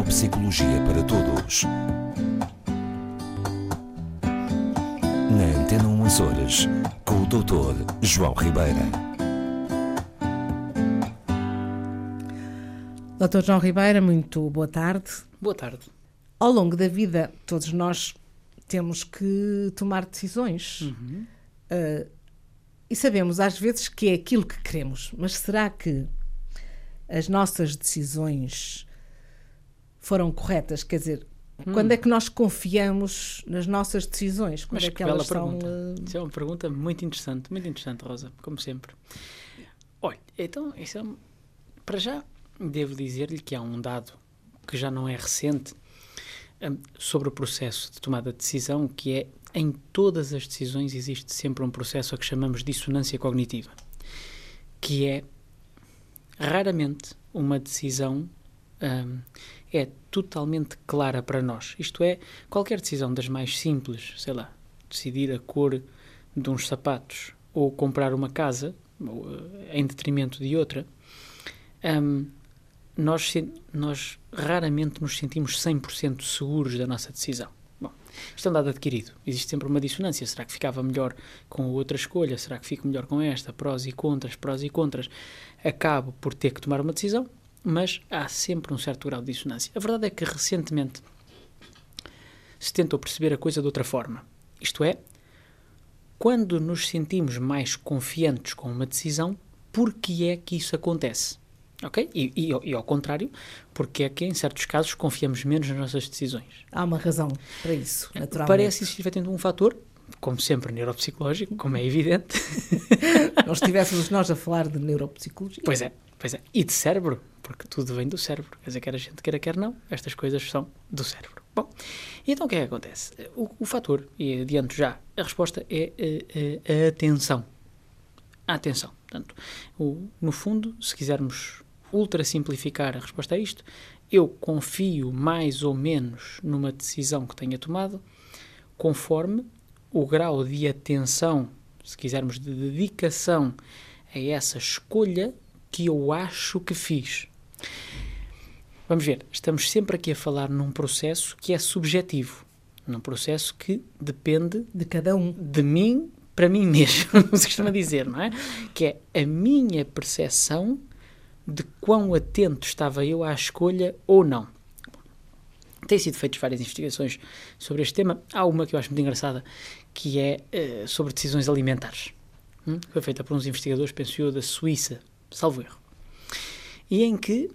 Neuropsicologia para Todos. Na Antena 1 Açores, com o Dr. João Ribeira. Dr. João Ribeira, muito boa tarde. Boa tarde. Ao longo da vida, todos nós temos que tomar decisões. E sabemos às vezes que é aquilo que queremos, mas será que as nossas decisões foram corretas? Quer dizer, quando é que nós confiamos nas nossas decisões? Quando Mas é que que bela elas são... pergunta. Isso é uma pergunta muito interessante, Rosa, como sempre. Olha, então, para já, devo dizer-lhe que há um dado que já não é recente sobre o processo de tomada de decisão, que é, em todas as decisões existe sempre um processo a que chamamos dissonância cognitiva, que é, raramente, uma decisão é totalmente clara para nós. Isto é, qualquer decisão das mais simples, sei lá, decidir a cor de uns sapatos ou comprar uma casa, em detrimento de outra, nós raramente nos sentimos 100% seguros da nossa decisão. Bom, isto é um dado adquirido. Existe sempre uma dissonância. Será que ficava melhor com a outra escolha? Será que fico melhor com esta? Prós e contras. Acabo por ter que tomar uma decisão, mas há sempre um certo grau de dissonância. A verdade é que recentemente se tentou perceber a coisa de outra forma. Isto é, quando nos sentimos mais confiantes com uma decisão, por que é que isso acontece? Ok? E ao contrário, porque é que em certos casos confiamos menos nas nossas decisões. Há uma razão para isso, naturalmente. Parece existir efetivamente um fator, como sempre neuropsicológico, como é evidente. Não estivéssemos nós a falar de neuropsicologia. Pois é. E de cérebro, porque tudo vem do cérebro. Quer dizer, quer a gente queira, quer não, estas coisas são do cérebro. Bom, e então o que é que acontece? O fator, e adianto já, a resposta é a atenção. A atenção. Portanto, no fundo, se quisermos ultra simplificar a resposta a isto, eu confio mais ou menos numa decisão que tenha tomado, conforme o grau de atenção, se quisermos, de dedicação a essa escolha que eu acho que fiz. Vamos ver, estamos sempre aqui a falar num processo que é subjetivo, num processo que depende de cada um, de mim para mim mesmo, se costuma dizer, não é? Que é a minha percepção de quão atento estava eu à escolha ou não. Têm sido feitas várias investigações sobre este tema. Há uma que eu acho muito engraçada, que é sobre decisões alimentares. Foi feita por uns investigadores, penso eu, da Suíça, salvo erro. E em que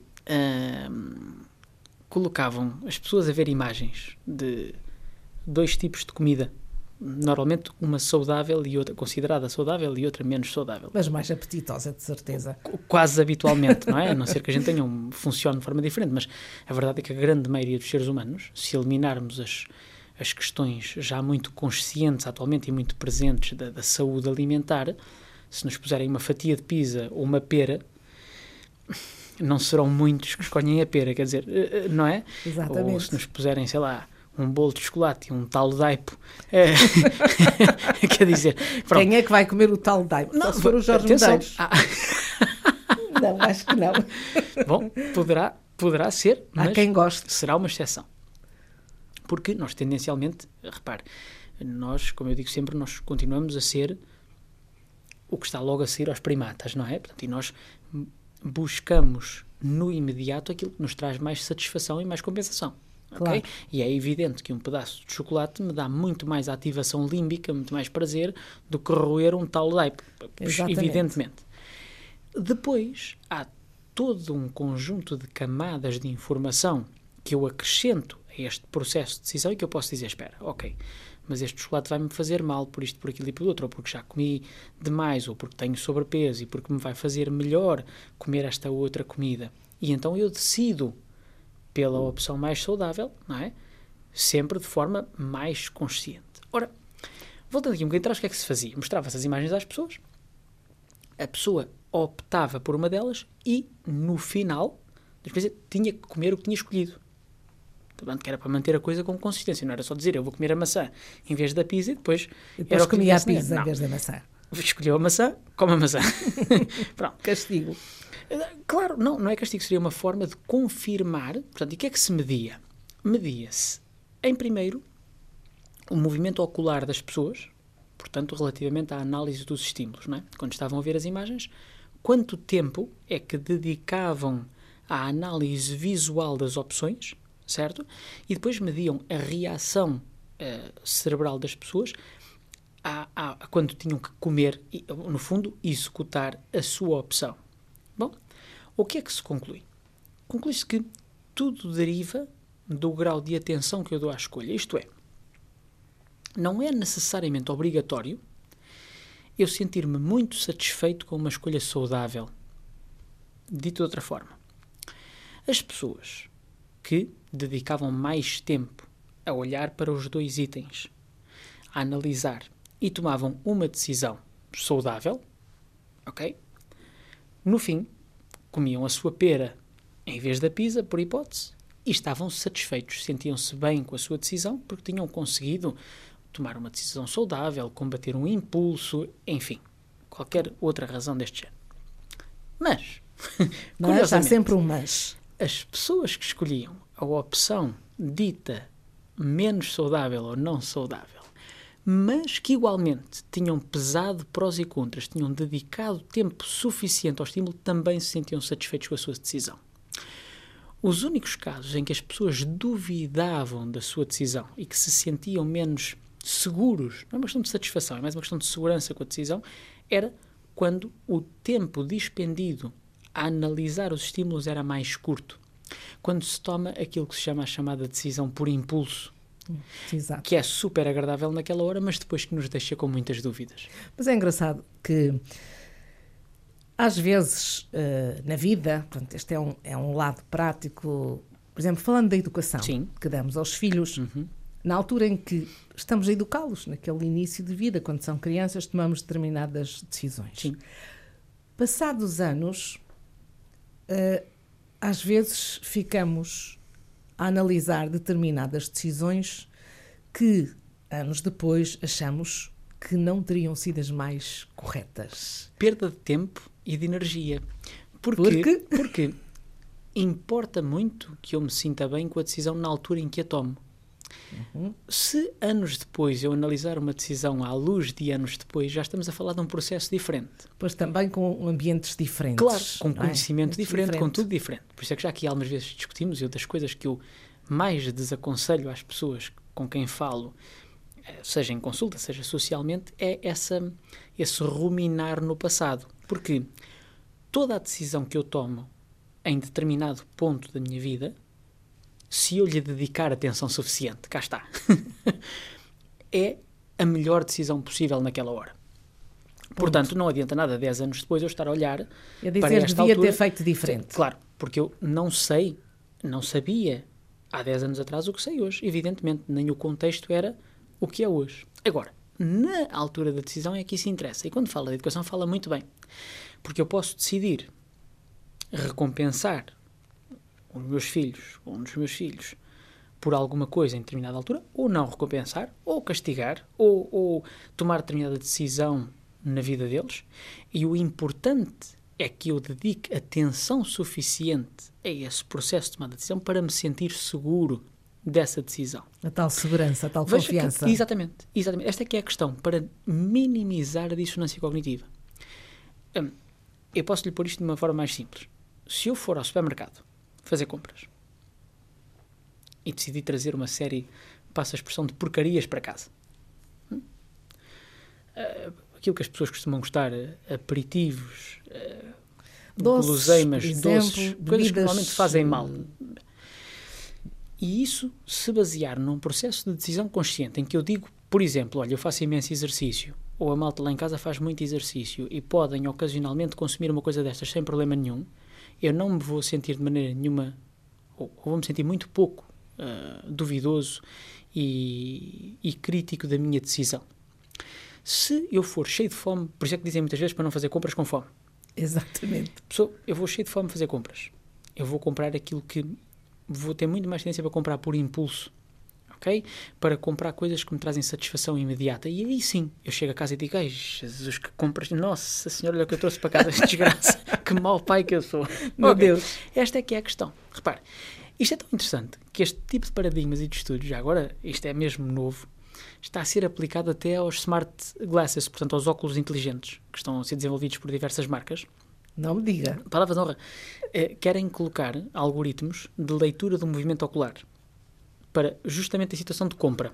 colocavam as pessoas a ver imagens de dois tipos de comida. Normalmente uma saudável e outra considerada saudável e outra menos saudável. Mas mais apetitosa, de certeza. Quase habitualmente, não é? A não ser que a gente funcione de forma diferente, mas a verdade é que a grande maioria dos seres humanos, se eliminarmos as questões já muito conscientes atualmente e muito presentes da saúde alimentar, se nos puserem uma fatia de pizza ou uma pera, não serão muitos que escolhem a pera, quer dizer, não é? Exatamente. Ou se nos puserem, sei lá, um bolo de chocolate e um talo de aipo. Quer dizer... Pronto. Quem é que vai comer o talo de aipo? Só se for o Jorge Medeiros. Não, acho que não. Bom, poderá ser, mas há quem goste. Será uma exceção. Porque nós tendencialmente, repare, nós, como eu digo sempre, nós continuamos a ser o que está logo a seguir aos primatas, não é? Portanto, e nós buscamos no imediato aquilo que nos traz mais satisfação e mais compensação. Claro. Okay? E é evidente que um pedaço de chocolate me dá muito mais ativação límbica, muito mais prazer do que roer um talo de aipo. Evidentemente. Depois, há todo um conjunto de camadas de informação que eu acrescento a este processo de decisão e que eu posso dizer, espera, ok, mas este chocolate vai-me fazer mal por isto, por aquilo e por outro, ou porque já comi demais, ou porque tenho sobrepeso e porque me vai fazer melhor comer esta outra comida. E então eu decido pela opção mais saudável, não é? Sempre de forma mais consciente. Ora, voltando aqui um bocadinho atrás, o que é que se fazia? Mostrava essas imagens às pessoas, a pessoa optava por uma delas e, no final, tinha que comer o que tinha escolhido. Portanto, que era para manter a coisa com consistência, não era só dizer eu vou comer a maçã em vez da pizza e depois comia a pizza em vez da maçã. escolheu a maçã, come a maçã. Pronto. Castigo. Claro, não é castigo, seria uma forma de confirmar. Portanto, e o que é que se media? Media-se, em primeiro, o movimento ocular das pessoas, portanto, relativamente à análise dos estímulos, não é? Quando estavam a ver as imagens, quanto tempo é que dedicavam à análise visual das opções, certo? E depois mediam a reação cerebral das pessoas quando tinham que comer e, no fundo, executar a sua opção. Bom, o que é que se conclui? Conclui-se que tudo deriva do grau de atenção que eu dou à escolha. Isto é, não é necessariamente obrigatório eu sentir-me muito satisfeito com uma escolha saudável. Dito de outra forma, as pessoas que dedicavam mais tempo a olhar para os dois itens, a analisar e tomavam uma decisão saudável, ok? No fim, comiam a sua pera em vez da pizza, por hipótese, e estavam satisfeitos, sentiam-se bem com a sua decisão porque tinham conseguido tomar uma decisão saudável, combater um impulso, enfim, qualquer outra razão deste género. Mas, há sempre um mas. As pessoas que escolhiam a opção dita menos saudável ou não saudável, mas que igualmente tinham pesado prós e contras, tinham dedicado tempo suficiente ao estímulo, também se sentiam satisfeitos com a sua decisão. Os únicos casos em que as pessoas duvidavam da sua decisão e que se sentiam menos seguros, não é uma questão de satisfação, é mais uma questão de segurança com a decisão, era quando o tempo dispendido a analisar os estímulos era mais curto. Quando se toma aquilo que se chama a chamada decisão por impulso, Exato. que é super agradável naquela hora, mas depois que nos deixa com muitas dúvidas. Mas é engraçado que, às vezes, na vida, portanto, este é um lado prático, por exemplo, falando da educação que damos aos filhos, na altura em que estamos a educá-los, naquele início de vida, quando são crianças, tomamos determinadas decisões. Sim. Passados anos, às vezes ficamos a analisar determinadas decisões que, anos depois, achamos que não teriam sido as mais corretas. Perda de tempo e de energia. Porque importa muito que eu me sinta bem com a decisão na altura em que a tomo. Se anos depois eu analisar uma decisão à luz de anos depois, já estamos a falar de um processo diferente. Pois também com ambientes diferentes. Claro, com conhecimento diferente, com tudo diferente. Por isso é que já aqui algumas vezes discutimos, das coisas que eu mais desaconselho às pessoas com quem falo, seja em consulta, seja socialmente, é esse ruminar no passado. Porque toda a decisão que eu tomo em determinado ponto da minha vida, se eu lhe dedicar atenção suficiente, cá está, é a melhor decisão possível naquela hora. Portanto, não adianta nada 10 anos depois eu estar a olhar para esta altura. Devia ter feito diferente. Claro, porque eu não sabia há 10 anos atrás o que sei hoje. Evidentemente, nem o contexto era o que é hoje. Agora, na altura da decisão é que isso interessa. E quando fala de educação, fala muito bem. Porque eu posso decidir recompensar os meus filhos, ou um dos meus filhos, por alguma coisa em determinada altura, ou não recompensar, ou castigar, ou tomar determinada decisão na vida deles. E o importante é que eu dedique atenção suficiente a esse processo de tomada de decisão para me sentir seguro dessa decisão. A tal segurança, a tal confiança. Exatamente. Esta é que é a questão, para minimizar a dissonância cognitiva. Eu posso lhe pôr isto de uma forma mais simples. Se eu for ao supermercado fazer compras e decidi trazer uma série, passo a expressão, de porcarias para casa, aquilo que as pessoas costumam gostar, aperitivos, guloseimas, doces, coisas que normalmente fazem mal. E isso se basear num processo de decisão consciente, em que eu digo, por exemplo, olha, eu faço imenso exercício, ou a malta lá em casa faz muito exercício e podem ocasionalmente consumir uma coisa destas sem problema nenhum, eu não me vou sentir de maneira nenhuma, ou vou-me sentir muito pouco duvidoso e crítico da minha decisão. Se eu for cheio de fome, por isso é que dizem muitas vezes para não fazer compras com fome. Exatamente. Eu vou cheio de fome fazer compras. Eu vou comprar aquilo que vou ter muito mais tendência para comprar por impulso. ok? Para comprar coisas que me trazem satisfação imediata. E aí sim, eu chego a casa e digo, ai, Jesus, que compras, nossa senhora, olha o que eu trouxe para casa, esta desgraça, que mau pai que eu sou. Meu Deus. Esta é que é a questão. Repare, isto é tão interessante que este tipo de paradigmas e de estudos, já agora, isto é mesmo novo, está a ser aplicado até aos smart glasses, portanto aos óculos inteligentes, que estão a ser desenvolvidos por diversas marcas. Não me diga. Palavra de honra. Querem colocar algoritmos de leitura do movimento ocular para justamente a situação de compra.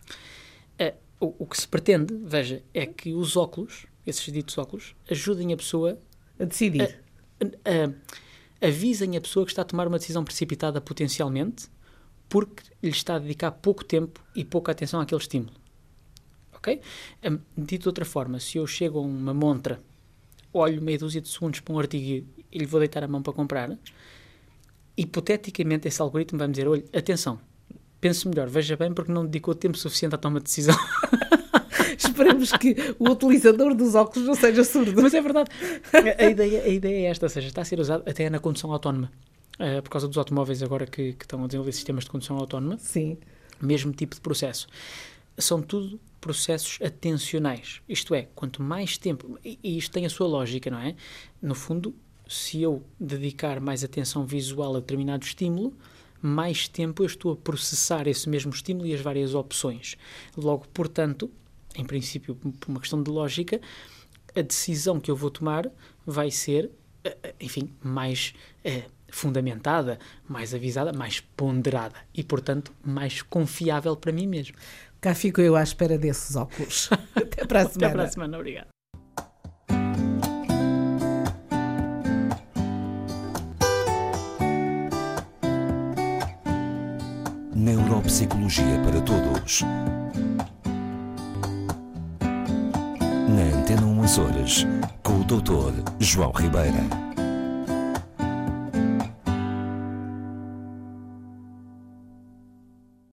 O que se pretende, veja, é que os óculos, esses ditos óculos, ajudem a pessoa a decidir. Avisem a pessoa que está a tomar uma decisão precipitada potencialmente porque lhe está a dedicar pouco tempo e pouca atenção àquele estímulo. Ok? Dito de outra forma, se eu chego a uma montra, olho meia dúzia de segundos para um artigo e lhe vou deitar a mão para comprar, hipoteticamente esse algoritmo vai-me dizer, olha, atenção, pense melhor, veja bem porque não dedicou tempo suficiente à toma de decisão. Esperemos que o utilizador dos óculos não seja surdo. Mas é verdade. A ideia é esta, ou seja, está a ser usado até na condução autónoma. Por causa dos automóveis agora que estão a desenvolver sistemas de condução autónoma. Sim. Mesmo tipo de processo. São tudo processos atencionais. Isto é, quanto mais tempo... E isto tem a sua lógica, não é? No fundo, se eu dedicar mais atenção visual a determinado estímulo, mais tempo eu estou a processar esse mesmo estímulo e as várias opções. Logo, portanto, em princípio, por uma questão de lógica, a decisão que eu vou tomar vai ser, enfim, mais fundamentada, mais avisada, mais ponderada e, portanto, mais confiável para mim mesmo. Cá fico eu à espera desses óculos. Até para a semana. Até para a semana, obrigado. Neuropsicologia para Todos. Na Antena 1 Açores, com o Dr. João Ribeira.